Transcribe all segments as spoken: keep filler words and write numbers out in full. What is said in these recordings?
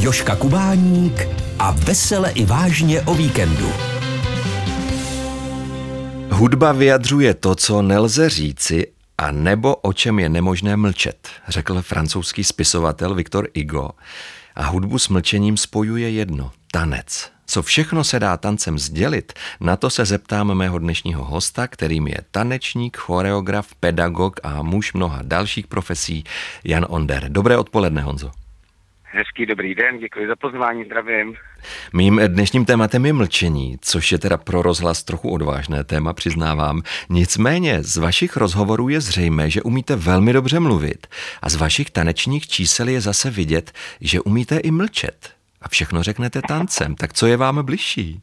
Jožka Kubáník a vesele i vážně o víkendu. Hudba vyjadřuje to, co nelze říci, a nebo o čem je nemožné mlčet, řekl francouzský spisovatel Victor Hugo. A hudbu s mlčením spojuje jedno – tanec. Co všechno se dá tancem sdělit, na to se zeptám mého dnešního hosta, kterým je tanečník, choreograf, pedagog a muž mnoha dalších profesí, Jan Onder. Dobré odpoledne, Honzo. Hezký dobrý den, děkuji za pozvání, zdravím. Mým dnešním tématem je mlčení, což je teda pro rozhlas trochu odvážné téma, přiznávám. Nicméně z vašich rozhovorů je zřejmé, že umíte velmi dobře mluvit a z vašich tanečních čísel je zase vidět, že umíte i mlčet. A všechno řeknete tancem, tak co je vám bližší?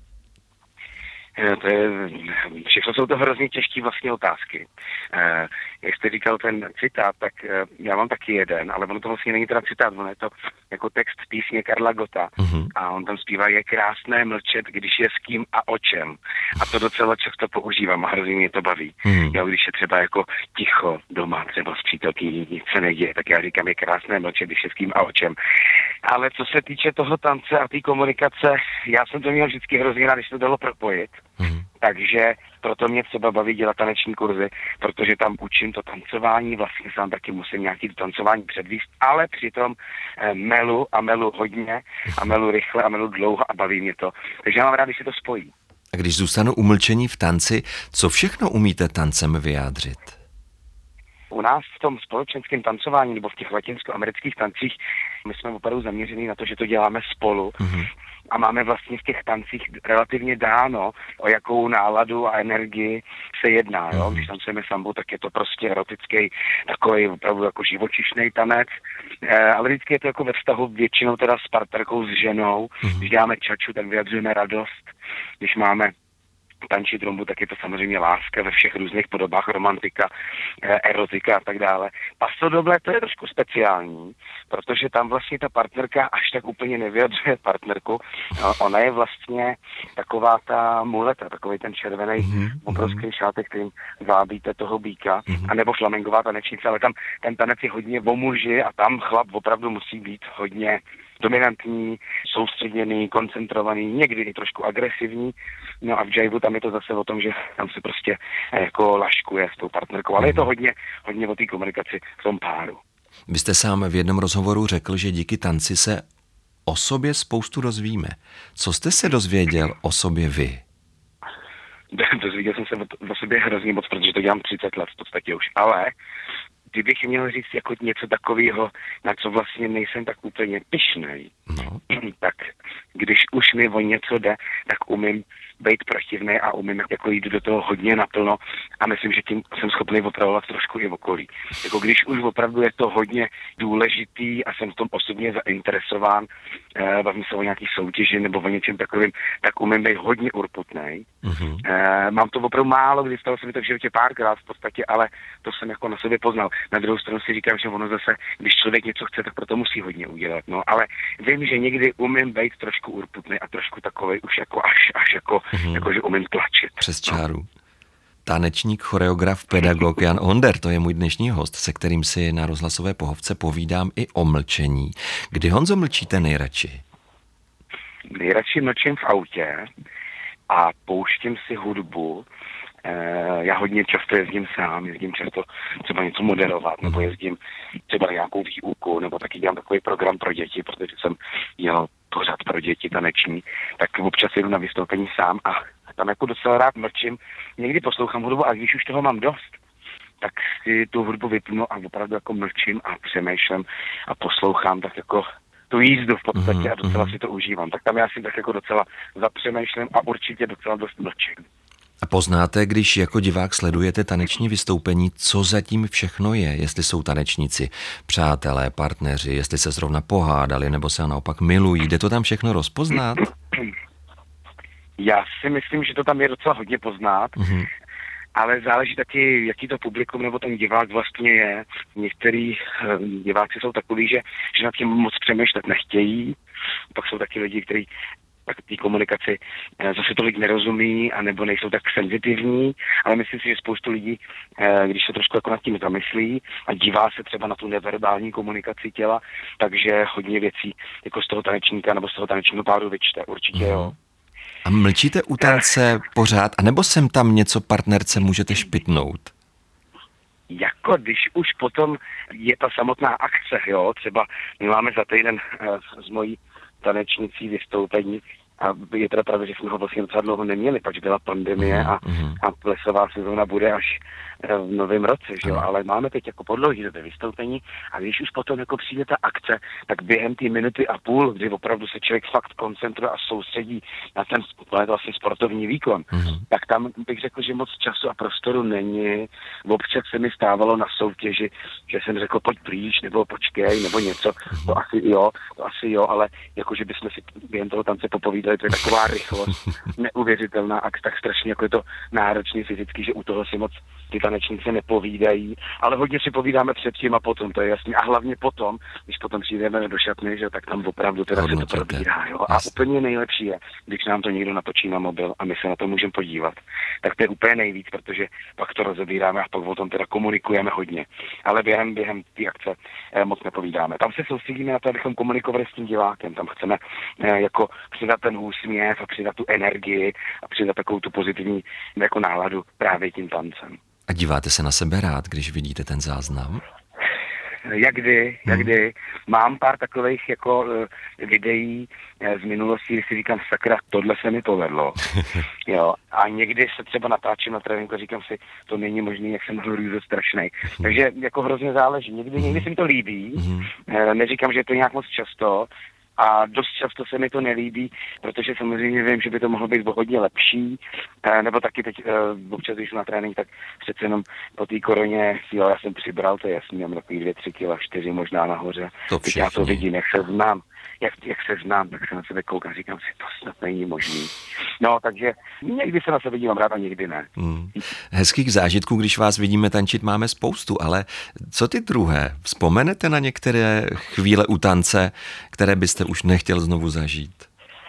To je, všechno jsou to hrozně těžké vlastně otázky. Eh, jak jste říkal ten citát, tak eh, já mám taky jeden, ale ono to vlastně není teda citát, ono je to jako text písně Karla Gotta. Uh-huh. A on tam zpívá, je krásné mlčet, když je s kým a o čem. A to docela často používám a hrozně mě to baví. Uh-huh. Já, když je třeba jako ticho doma, třeba s přítelkyní, nic se neděje, tak já říkám, je krásné mlčet, když je s kým a o čem. Ale co se týče toho tance a té komunikace, já jsem to měl vždycky hrozně rád, když to dalo propojit. Mm. Takže proto mě třeba baví dělat taneční kurzy, protože tam učím to tancování, vlastně sám taky musím nějaký to tancování předvíst, ale přitom eh, melu a melu hodně a melu rychle a melu dlouho a baví mě to. Takže já mám rád, když se to spojí. A když zůstanu umlčení v tanci, co všechno umíte tancem vyjádřit? U nás v tom společenském tancování nebo v těch latinskoamerických tancích my jsme opravdu zaměření na to, že to děláme spolu. Mm-hmm. A máme vlastně v těch tancích relativně dáno, o jakou náladu a energii se jedná. Jo? Když tancujeme sambu, tak je to prostě erotický, takový opravdu jako živočišný tanec. E, ale vždycky je to jako ve vztahu většinou teda s partnerkou, s ženou. Mm-hmm. Když děláme čaču, tak vyjadřujeme radost. Když máme tančit rumbu, tak je to samozřejmě láska ve všech různých podobách, romantika, erotika a tak dále. Paso doble, to je trošku speciální, protože tam vlastně ta partnerka až tak úplně nevyjadřuje partnerku. Ona je vlastně taková ta muleta, takový ten červený mm-hmm. obrovský šátek, kterým vábíte toho býka, mm-hmm. anebo flamengová tanečnice, ale tam ten tanec je hodně o muži a tam chlap opravdu musí být hodně dominantní, soustředěný, koncentrovaný, někdy i trošku agresivní. No a v jivu tam je to zase o tom, že tam se prostě jako laškuje s tou partnerkou, ale je to hodně, hodně o té komunikaci v tom páru. Vy jste sám v jednom rozhovoru řekl, že díky tanci se o sobě spoustu dozvíme. Co jste se dozvěděl o sobě vy? Dozvěděl jsem se o, o sobě hrozně moc, protože to dělám třicet let v podstatě už, ale kdybych měl říct jako něco takového, na co vlastně nejsem tak úplně pyšnej, no. tak když už mi o něco jde, tak umím být protivnej a umím jako jít do toho hodně naplno a myslím, že tím jsem schopný opravovat trošku i v okolí. Jako když už opravdu je to hodně důležitý a jsem v tom osobně zainteresován, eh, bavím se o nějaký soutěži nebo o něčem takovým, tak umím být hodně urputnej. Mm-hmm. Eh, mám to opravdu málo, kdy stalo se mi to v životě párkrát v podstatě, ale to jsem jako na sobě poznal. Na druhou stranu si říkám, že ono zase, když člověk něco chce, tak proto musí hodně udělat. No, ale vím, že někdy umím být trošku urputnej a trošku takovej už jako až, až jako, mm-hmm. jako, že umím tlačit. Přes čáru. No. Tanečník, choreograf, pedagog Jan Onder, to je můj dnešní host, se kterým si na rozhlasové pohovce povídám i o mlčení. Kdy, Honzo, mlčíte nejradši? Nejradši mlčím v autě a pouštím si hudbu. Já hodně často jezdím sám, jezdím často třeba něco moderovat, nebo jezdím třeba na nějakou výuku, nebo taky dělám takový program pro děti, protože jsem dělal pořád pro děti taneční, tak občas jedu na vystoupení sám a tam jako docela rád mlčím. Někdy poslouchám hudbu a když už toho mám dost, tak si tu hudbu vypnu a opravdu jako mlčím a přemýšlím a poslouchám tak jako tu jízdu v podstatě a docela si to užívám. Tak tam já si tak jako docela zapřemýšlím a určitě docela dost mlčím. A poznáte, když jako divák sledujete taneční vystoupení, co zatím všechno je, jestli jsou tanečníci, přátelé, partneři, jestli se zrovna pohádali, nebo se naopak milují, jde to tam všechno rozpoznat? Já si myslím, že to tam je docela hodně poznat, mm-hmm. ale záleží taky, jaký to publikum nebo ten divák vlastně je. Některý um, diváci jsou takový, že, že nad tím moc přemýšlet nechtějí, pak jsou taky lidi, kteří tak té komunikaci zase tolik nerozumí, anebo nejsou tak senzitivní, ale myslím si, že spoustu lidí, když se trošku jako nad tím zamyslí a dívá se třeba na tu neverbální komunikaci těla, takže hodně věcí jako z toho tanečníka nebo z toho tanečního páru vyčte, určitě mm. jo. A mlčíte u tance pořád, anebo sem tam něco partnerce můžete špitnout? Jako když už potom je ta samotná akce, jo, třeba my máme za týden uh, s mojí tanečnicí vystoupení a je teda pravda, že jsme ho vlastně docela dlouho neměli, pač byla pandemie a, a plesová sezóna bude až v novém roce, že jo, ale máme teď jako podlouhý do té vystoupení a když už potom jako přijde ta akce, tak během té minuty a půl, kdy opravdu se člověk fakt koncentruje a soustředí na ten vlastně sportovní výkon, mm-hmm. tak tam bych řekl, že moc času a prostoru není. Občas se mi stávalo na soutěži, že jsem řekl pojď blíž, nebo počkej, nebo něco, to asi jo, to asi jo, ale jako, že bychom si během toho tance popovídali, to je taková rychlost, neuvěřitelná a tak strašně jako je to náročný fyzicky, že u toho si moc ty tanečníci nepovídají, ale hodně si povídáme předtím a potom, to je jasný. A hlavně potom, když potom přijdeme do šatny, že tak tam opravdu teda se to probírá. Jo? A úplně nejlepší je, když nám to někdo natočí na mobil a my se na to můžeme podívat. Tak to je úplně nejvíc, protože pak to rozebíráme a pak o tom teda komunikujeme hodně. Ale během, během té akce eh, moc nepovídáme. Tam se soustředíme na to, abychom komunikovali s tím divákem. Tam chceme eh, jako přidat ten úsměv a přidat tu energii a přidat takovou tu pozitivní jako náladu právě tím tancem. A díváte se na sebe rád, když vidíte ten záznam? Jak kdy, jak kdy. Hmm. Mám pár takových jako uh, videí uh, z minulosti, kdy si říkám, sakra, tohle se mi povedlo. Jo. A někdy se třeba natáčím na tréninku a říkám si, to není možný, jak jsem mohl růzat strašnej. Takže jako hrozně záleží. Někdy, někdy se mi to líbí, uh, neříkám, že je to nějak moc často, a dost často se mi to nelíbí, protože samozřejmě vím, že by to mohlo být hodně lepší, e, nebo taky teď e, občas, když na trénink, tak přece jenom po té koroně, jo, já jsem přibral, to je jasný, mám takový dvě, tři kila, čtyři možná nahoře. To teď já to vidím, jak se znám, jak, jak se znám, tak se na sebe koukám, říkám si, to snad není možný. No, takže někdy se na sebe dívám rád a někdy ne. Hmm. Hezkých zážitků, když vás vidíme tančit, máme spoustu, ale co ty druhé? Vzpomenete na některé chvíle u tance, které byste už nechtěl znovu zažít?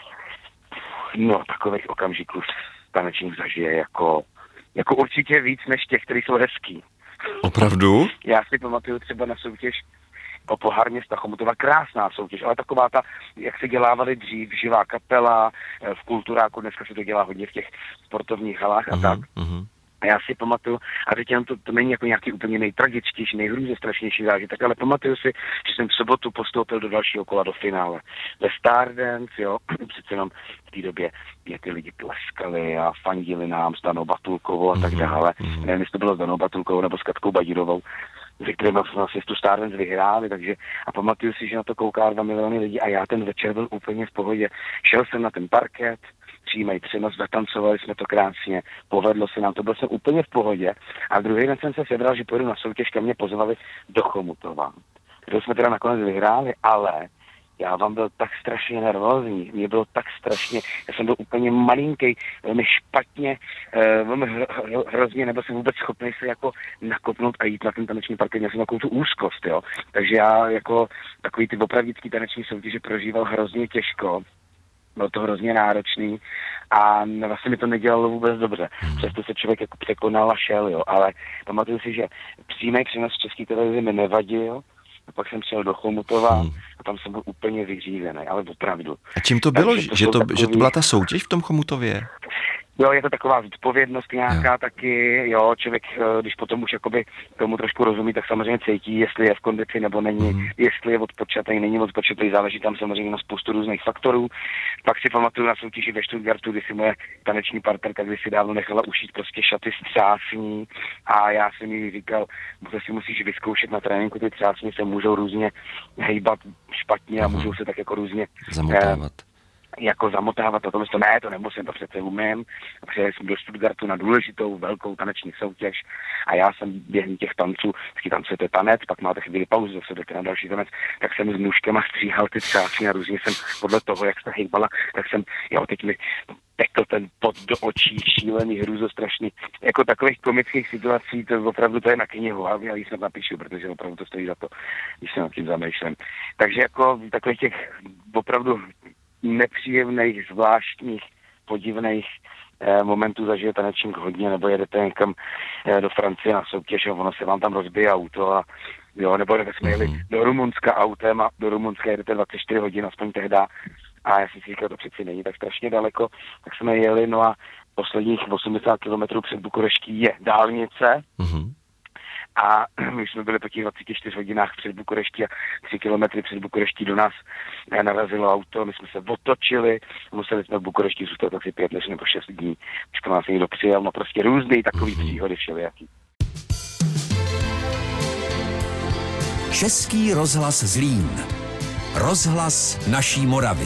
No, takových okamžiků tanečních zažije jako, jako určitě víc než těch, které jsou hezký. Opravdu? Já si pamatuju třeba na soutěž o pohár města Chomutova, krásná soutěž, ale taková ta, jak se dělávali dřív, živá kapela, v kulturáku, dneska se to dělá hodně v těch sportovních halách a uh-huh, tak. Uh-huh. A já si pamatuju, a teď to, to není jako nějaký úplně nejtragičtější, nejhrůzestrašnější zážitek, ale pamatuju si, že jsem v sobotu postoupil do dalšího kola do finále. Ve Stardance, jo, přece jenom v té době mě ty lidi tleskali a fandili nám s Danou Batulkovou a tak dále. Mm-hmm. Nevím, jestli to bylo s Danou Batulkovou nebo s Katkou Badírovou, se kterým jsme vlastně tu Stardance vyhráli, takže a pamatuju si, že na to kouká dva miliony lidí a já ten večer byl úplně v pohodě. Šel jsem na ten parket, přímej přenos, zatancovali jsme to krásně, povedlo se nám to, byl jsem úplně v pohodě a druhý den jsem se sebral, že pojedu na soutěž, kam mě pozvali do Chomutova. To jsme teda nakonec vyhráli, ale já vám byl tak strašně nervózní, mě bylo tak strašně, já jsem byl úplně malinký, velmi špatně, uh, velmi hro, hrozně, nebyl jsem vůbec schopný se jako nakopnout a jít na ten taneční parket, měl jsem takovou tu úzkost, jo. Takže já jako takový ty opravdický taneční soutěže prožíval hrozně těžko. Bylo to hrozně náročný a vlastně mi to nedělalo vůbec dobře. Přesto se člověk jako překonal a šel, jo. Ale pamatuju si, že přímý přenos v České televizi mi nevadil. A pak jsem přijel do Chomutova hmm. a tam jsem byl úplně vyřízený, ale opravdu. A čím to bylo, to že, to, takový... že to byla ta soutěž v tom Chomutově? Jo, je to taková zodpovědnost nějaká jo. taky, jo, člověk, když potom už jakoby tomu trošku rozumí, tak samozřejmě cítí, jestli je v kondici nebo není, mm. jestli je odpočatý, není odpočatý, záleží tam samozřejmě na spoustu různých faktorů. Pak si pamatuju na soutěži ve Stuttgartu, kdy si moje taneční partnerka kdysi dávno nechala ušít prostě šaty z třásní a já jsem jí říkal, že si musíš vyzkoušet na tréninku, ty třásně se můžou různě hejbat špatně a mm. můžou se tak jako různě zamotávat. Eh, jako zamotávat a tohle, to ne, to nemusím, to přece umím. A přijel jsem do Stuttgartu na důležitou velkou taneční soutěž a já jsem během těch tanců, vždycky tancujete tanec, pak máte chvíli pauzu, zase jdete na další tanec, tak jsem s nůžkama stříhal ty třásky a různě jsem podle toho, jak se hejbala, tak jsem, jo, teď mi tekl ten pot do očí, šílený, hrůzostrašný. Jako takových komických situací, to opravdu to je na knihu, a já ji snad napíšu, protože opravdu to stojí za to, když se nad tím zamýšlím. Takže jako takových těch opravdu nepříjemných, zvláštních, podivných eh, momentů zažije tanečník hodně, nebo jedete někam eh, do Francie na soutěž a ono se vám tam rozbije auto a jo, nebo jsme jeli mm-hmm. do Rumunska autem a do Rumunska jedete dvacet čtyři hodin, aspoň tehda. A já jsem si říkal, to přeci není tak strašně daleko, tak jsme jeli, no a posledních osmdesát kilometrů před Bukureští je dálnice. Mm-hmm. A my jsme byli po těch dvaceti čtyřech hodinách před Bukureští a tři kilometry před Bukureští do nás narazilo auto, my jsme se otočili, museli jsme v Bukurešti zůstat asi pět nebo šest dní, když to nás někdo přijel, no prostě různý takový příhody všelijaký. Český rozhlas Zlín. Rozhlas naší Moravy.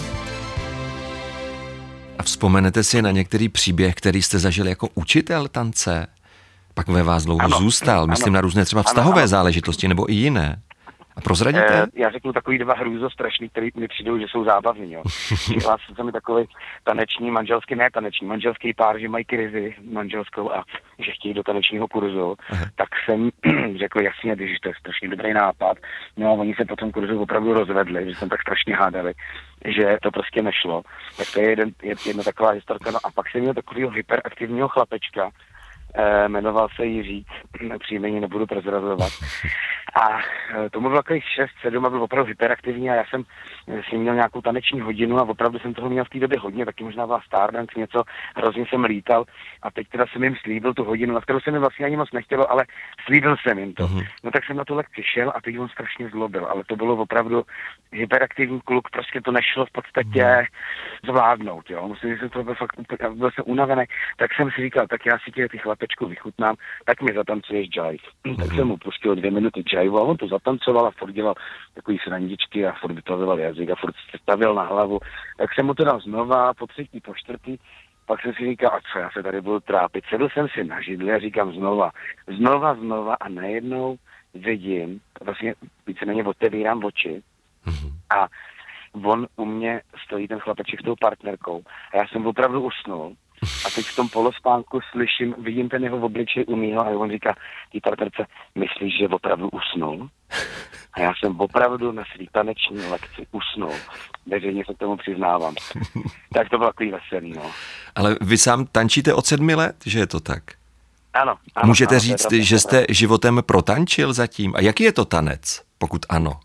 A vzpomenete si na některý příběh, který jste zažil jako učitel tance? Pak ve vás dlouho ano, zůstal, myslím ano, na různé třeba vztahové ano, ano. záležitosti nebo i jiné. A prozradíte? E, já řeknu takový dva hrůzo strašný, který mi přijdou, že jsou zábavní. Jo. Říkala jsem mi takový taneční, manželský, ne taneční, manželský pár, že mají krizi manželskou a že chtějí do tanečního kurzu, Aha. tak jsem řekl jasně, že to je strašně dobrý nápad. No a oni se po tom kurzu opravdu rozvedli, že jsem tak strašně hádali, že to prostě nešlo. Tak to je jeden, jedna taková historka. No a pak jsem měl takového hyperaktivního chlapečka, E, jmenoval se Jiří, příjmení nebudu prozrazovat. A e, tomu bylo takových šest sedm a byl opravdu hyperaktivní a já jsem s ním měl nějakou taneční hodinu a opravdu jsem toho měl v té době hodně, taky možná byla Stardance, něco, hrozně jsem lítal a teď teda jsem jim slíbil tu hodinu, na kterou se mi vlastně ani moc nechtělo, ale slíbil jsem jim to. Uh-huh. No tak jsem na tu lekci šel a teď on strašně zlobil, ale to bylo opravdu hyperaktivní kluk, prostě to nešlo v podstatě uh-huh. zvládnout, jo. Musím, že to byl fakt úplně, byl jsem unavený, tak jsem si říkal, tak já si tě ty chlapečku vychutnám, tak mi zatancuješ jive. Uh-huh. Tak jsem mu pustil dvě minuty jive a on to zatancoval a furt dělal takový srandičky a furt vytazoval jazyk a furt se stavil na hlavu. Tak jsem mu to dal znova, po třetí, po čtvrtý, pak jsem si říkal, a co, já se tady budu trápit. Sedl jsem si na židli a říkám znova, znova, znova a najednou vidím, vlastně víceméně otevírám oči a on u mě stojí ten chlapeček s tou partnerkou a já jsem opravdu usnul. A teď v tom polospánku slyším, vidím ten jeho obličej u mýho a on říká, tý partnerce, myslíš, že opravdu usnul? A já jsem opravdu na svý taneční lekci usnul. Veřejně se k tomu přiznávám. Tak to bylo takový veselý, no. Ale vy sám tančíte od sedmi let, že je to tak? Ano. ano Můžete ano, říct, to že jste životem protančil zatím? A jaký je to tanec, pokud ano?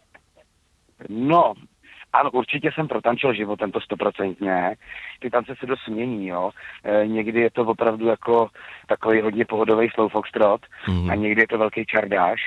No, ano, určitě jsem protančil životem, to stoprocentně. Ty tance se dost mění, jo. E, někdy je to opravdu jako takový hodně pohodový slow foxtrot mm. a někdy je to velký čardáš.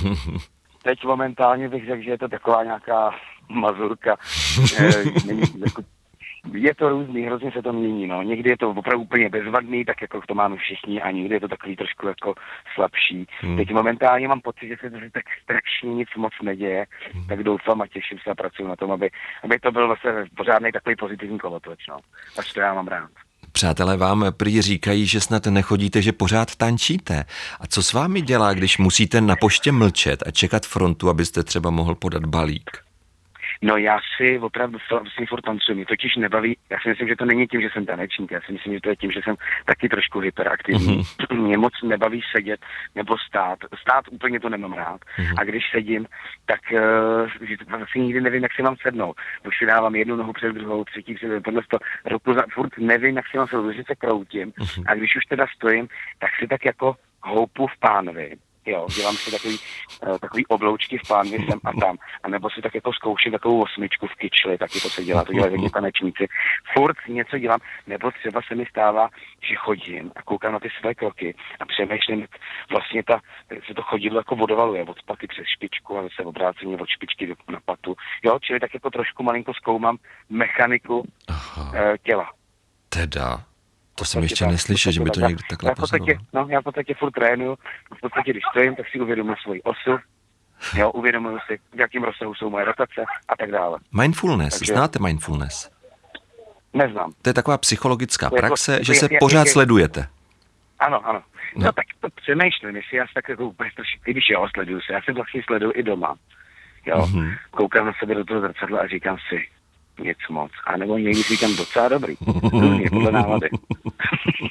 Teď momentálně bych řekl, že je to taková nějaká mazurka. E, není, jako, je to různý, hrozně se to mění, no. Někdy je to opravdu úplně bezvadný, tak jako to máme všichni, a někdy je to takový trošku jako slabší. Hmm. Teď momentálně mám pocit, že se to tak strašně nic moc neděje, hmm. tak doufám a těším se a pracuji na tom, aby, aby to byl vlastně pořádný takový pozitivní kolotoč, no. Až to já mám rád. Přátelé vám prý říkají, že snad nechodíte, že pořád tančíte. A co s vámi dělá, když musíte na poště mlčet a čekat frontu, abyste třeba mohl podat balík? No já si opravdu vlastně furt tancuji, mě totiž nebaví, já si myslím, že to není tím, že jsem tanečník, já si myslím, že to je tím, že jsem taky trošku hyperaktivní. Mm-hmm. Mě moc nebaví sedět nebo stát, stát úplně to nemám rád. Mm-hmm. A když sedím, tak uh, vlastně nikdy nevím, jak si mám sednout. Už si dávám jednu nohu před druhou, třetí před podle to ruku za, furt nevím, jak si mám sednout, že se kroutím. Mm-hmm. A když už teda stojím, tak si tak jako houpu v pánvi. Jo, dělám si takový, uh, takový obloučky v pánvi sem a tam. A nebo si tak jako zkouším takovou osmičku v kyčli, taky to se dělá, to dělají hodně tanečníci. Furt něco dělám, nebo třeba se mi stává, že chodím a koukám na ty své kroky a přemýšlím, vlastně ta, se to chodidlo jako vodovaluje od paty přes špičku a zase obráceně od špičky na patu. Jo, čili tak jako trošku malinko zkoumám mechaniku uh, těla. Teda... To jsem ještě neslyšel, že by to někdo takhle pozoroval. No, já v podstatě furt trénuju. V podstatě, když stojím, tak si uvědomuji svoji osu. Jo, uvědomuji si, v jakým rozsahu jsou moje rotace a tak dále. Mindfulness, takže... znáte mindfulness? Neznám. To je taková psychologická to praxe, jako, že je, se je, pořád je, sledujete. Ano, ano. No, no tak to přemýšlím, jestli já se tak jako úplně strašně, když jo, sleduju se, já se vlastně sleduju i doma. Jo, mm-hmm. Koukám na sebe do toho zrcadla a říkám si, nic moc. A nebo někdy říkám docela dobrý. Různě, podle nálady.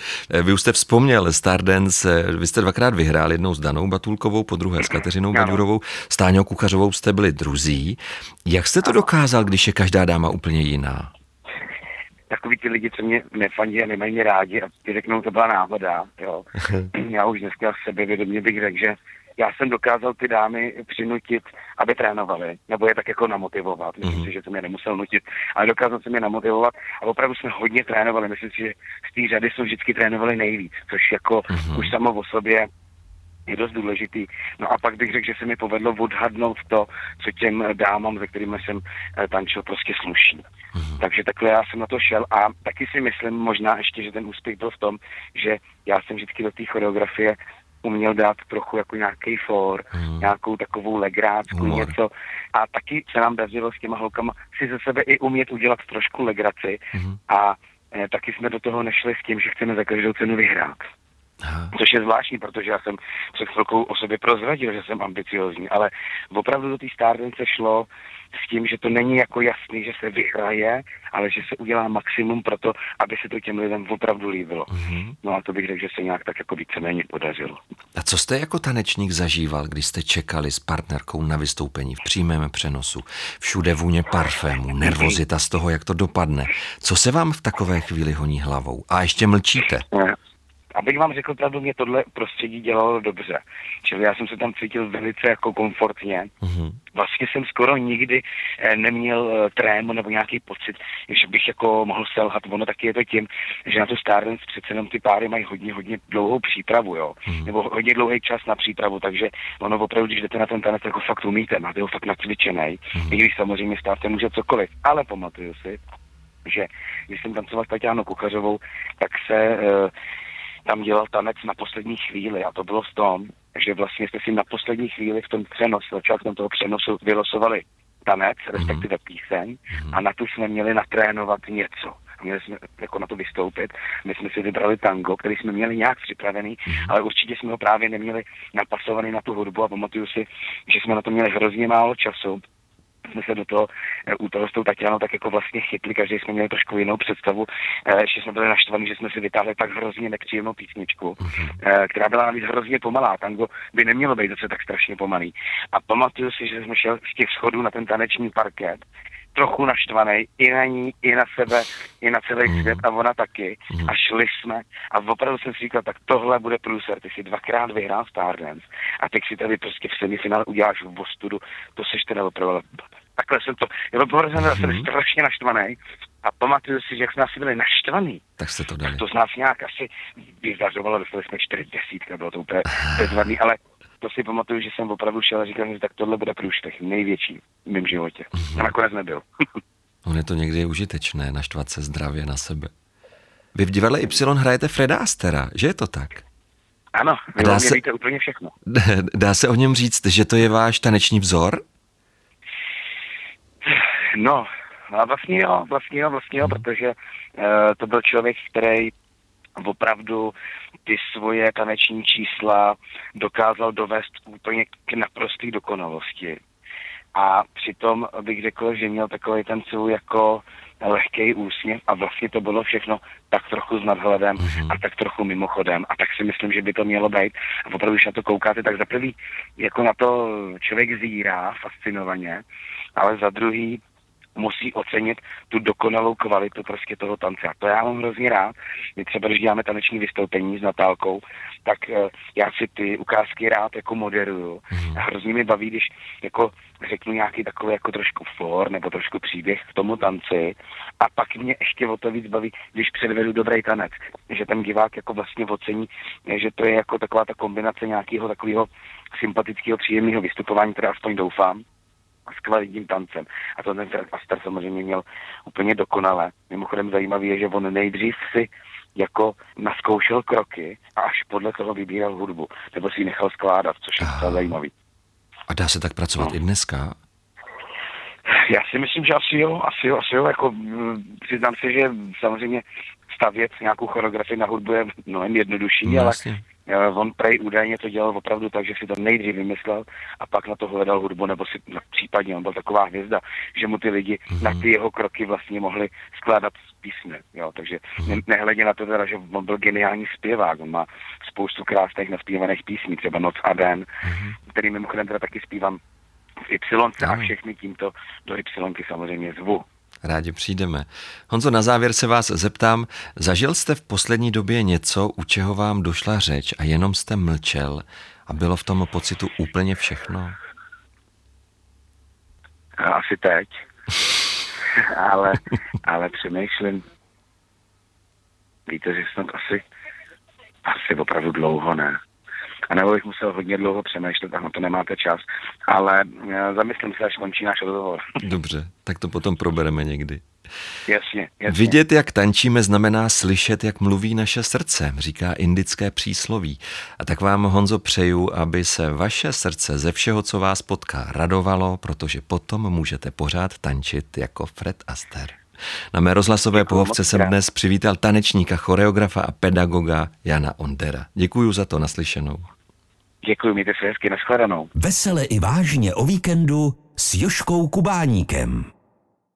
Vy už jste vzpomněl Stardance, vy jste dvakrát vyhrál, jednou s Danou Batulkovou, po druhé s Kateřinou Baďurovou, s Táňou Kuchařovou jste byli druzí. Jak jste to dokázal, když je každá dáma úplně jiná? Takový ty lidi, co mě nefandí a nemají mě rádi a ty řeknou, to byla náhoda, jo. Já už dneska sebevědomě bych řekl, že já jsem dokázal ty dámy přinutit, aby trénovali, nebo je tak jako namotivovat. Myslím mm-hmm. si, že jsem je nemusel nutit, ale dokázal jsem je namotivovat a opravdu jsme hodně trénovali. Myslím si, že z té řady jsme vždycky trénovali nejvíc, což jako mm-hmm. už samo o sobě je dost důležitý. No a pak bych řekl, že se mi povedlo odhadnout to, co těm dámám, se kterými jsem tančil, prostě sluší. Mm-hmm. Takže takhle já jsem na to šel a taky si myslím možná ještě, že ten úspěch byl v tom, že já jsem vždycky do té choreografie uměl dát trochu jako nějaký for, mm. nějakou takovou legrácku, Humor. něco. A taky se nám dařilo s těma holkama si ze sebe i umět udělat trošku legraci. Mm. A e, taky jsme do toho nešli s tím, že chceme za každou cenu vyhrát. Aha. Což je zvláštní, protože já jsem před chvilkou o sobě prozradil, že jsem ambiciozní, ale opravdu do té Stardance šlo s tím, že to není jako jasný, že se vyhraje, ale že se udělá maximum pro to, aby se to těm lidem opravdu líbilo. Mm-hmm. No a to bych řekl, že se nějak tak jako víceméně podařilo. A co jste jako tanečník zažíval, když jste čekali s partnerkou na vystoupení v přímém přenosu? Všude vůně parfému, nervozita z toho, jak to dopadne. Co se vám v takové chvíli honí hlavou? A ještě mlčíte? Ne. Abych vám řekl pravdu, mě tohle prostředí dělalo dobře. Čili já jsem se tam cítil velice jako komfortně. Mm-hmm. Vlastně jsem skoro nikdy neměl trému nebo nějaký pocit, že bych jako mohl selhat. Ono taky je to tím, že na to Stardance přece jenom ty páry mají hodně, hodně dlouhou přípravu, jo. Mm-hmm. Nebo hodně dlouhý čas na přípravu, takže ono opravdu, když jdete na ten tanec, jako fakt umíte, máte ho fakt nacvičenej. Mm-hmm. I když samozřejmě stát se může cokoliv. Ale pamatuju si, že když jsem tancoval s Taťánou Kuchařovou, tak se uh, tam dělal tanec na poslední chvíli a to bylo v tom, že vlastně jste si na poslední chvíli v tom přenosu, začátkem toho přenosu vylosovali tanec, respektive píseň a na tu jsme měli natrénovat něco. A měli jsme jako na to vystoupit. My jsme si vybrali tango, který jsme měli nějak připravený, ale určitě jsme ho právě neměli napasovaný na tu hudbu a pamatuju si, že jsme na to měli hrozně málo času. Jsme se do toho, u toho s tou Tatianou tak jako vlastně chytli, každý jsme měli trošku jinou představu, že jsme byli naštvaní, že jsme si vytáhli tak hrozně nepříjemnou písničku, která byla navíc hrozně pomalá. Tango by nemělo být zase tak strašně pomalý. A pamatuju si, že jsme šel z těch schodů na ten taneční parket, trochu naštvaný, i na ní, i na sebe, i na celý svět a ona taky. A šli jsme a opravdu jsem si říkal, tak tohle bude průser, ty si dvakrát vyhrál Stardance a teď si tady prostě v semifinále uděláš v Bostudu, to seš teda opravdu. Takhle jsem to, já byl jsem strašně naštvaný a pamatuju si, že jak jsme asi byli naštvaný, tak se to dali. Tak to z nás nějak asi vyzařovalo, dostali jsme čtyři desítky, bylo to úplně bezvadný, ale to si pamatuju, že jsem opravdu šel a říkal, že tak tohle bude průšvih, největší v mém životě. Mm-hmm. A nakonec nebyl. On je to někdy užitečné, naštvat se zdravě na sebe. Vy v divadle Y hrajete Freda Astera, že je to tak? Ano, vy o mě se... víte úplně všechno. Dá se o něm říct, že to je váš taneční vzor? No, a vlastně jo, vlastně jo, vlastně jo, hmm. protože uh, to byl člověk, který opravdu ty svoje taneční čísla dokázal dovést úplně k naprosté dokonalosti. A přitom bych řekl, že měl takový ten svůj jako lehký úsměv a vlastně to bylo všechno tak trochu s nadhledem mm-hmm. a tak trochu mimochodem a tak si myslím, že by to mělo být. A opravdu, když na to koukáte, tak za prvý jako na to člověk zírá fascinovaně, ale za druhý musí ocenit tu dokonalou kvalitu prostě toho tance. A to já mám hrozně rád. My třeba, když děláme taneční vystoupení s Natálkou, tak uh, já si ty ukázky rád jako moderuju. Mm. A hrozně mi baví, když jako řeknu nějaký takový jako trošku for nebo trošku příběh k tomu tanci a pak mě ještě o to víc baví, když předvedu dobrý tanec. Že ten divák jako vlastně ocení, že to je jako taková ta kombinace nějakého takového sympatického, příjemného vystupování, které aspoň doufám, s kvalitním tancem. A to ten Fred Astaire samozřejmě měl úplně dokonale. Mimochodem zajímavý je, že on nejdřív si jako naskoušel kroky a až podle toho vybíral hudbu. Nebo si ji nechal skládat, což je docela zajímavý. A dá se tak pracovat no. i dneska? Já si myslím, že asi jo, asi jo, asi jo. Jako, přiznám se, že samozřejmě stavět nějakou choreografii na hudbu je mnohem jednodušší, no, ale, On prej údajně to dělal opravdu tak, že si to nejdřív vymyslel a pak na to hledal hudbu, nebo si no, případně on byl taková hvězda, že mu ty lidi mm-hmm. na ty jeho kroky vlastně mohli skládat písně. Jo, takže mm-hmm. nehledě na to teda, že on byl geniální zpěvák, on má spoustu krásných naspívaných písní, třeba Noc a den, mm-hmm. který mimochodem teda taky zpívám v Ypsilonce a všechny tímto do Ypsilonky samozřejmě zvu. Rádi přijdeme. Honzo, na závěr se vás zeptám, zažil jste v poslední době něco, u čeho vám došla řeč a jenom jste mlčel a bylo v tom pocitu úplně všechno? Asi teď, ale, ale přemýšlím, víte, že snad asi, asi opravdu dlouho ne. A nebo bych musel hodně dlouho přemýšlet, a na to nemáte čas, ale zamyslím se, až končí náš rozhovor. Dobře, tak to potom probereme někdy. Jasně, jasně. Vidět, jak tančíme, znamená slyšet, jak mluví naše srdce, říká indické přísloví. A tak vám, Honzo, přeju, aby se vaše srdce ze všeho, co vás potká, radovalo, protože potom můžete pořád tančit jako Fred Astaire. Na mé rozhlasové pohovce jsem dnes přivítal tanečníka, choreografa a pedagoga Jana Ondera. Děkuju za to, naslyšenou. Děkuji, mějte se hezky, nashledanou. Vesele i vážně o víkendu s Jožkou Kubáníkem.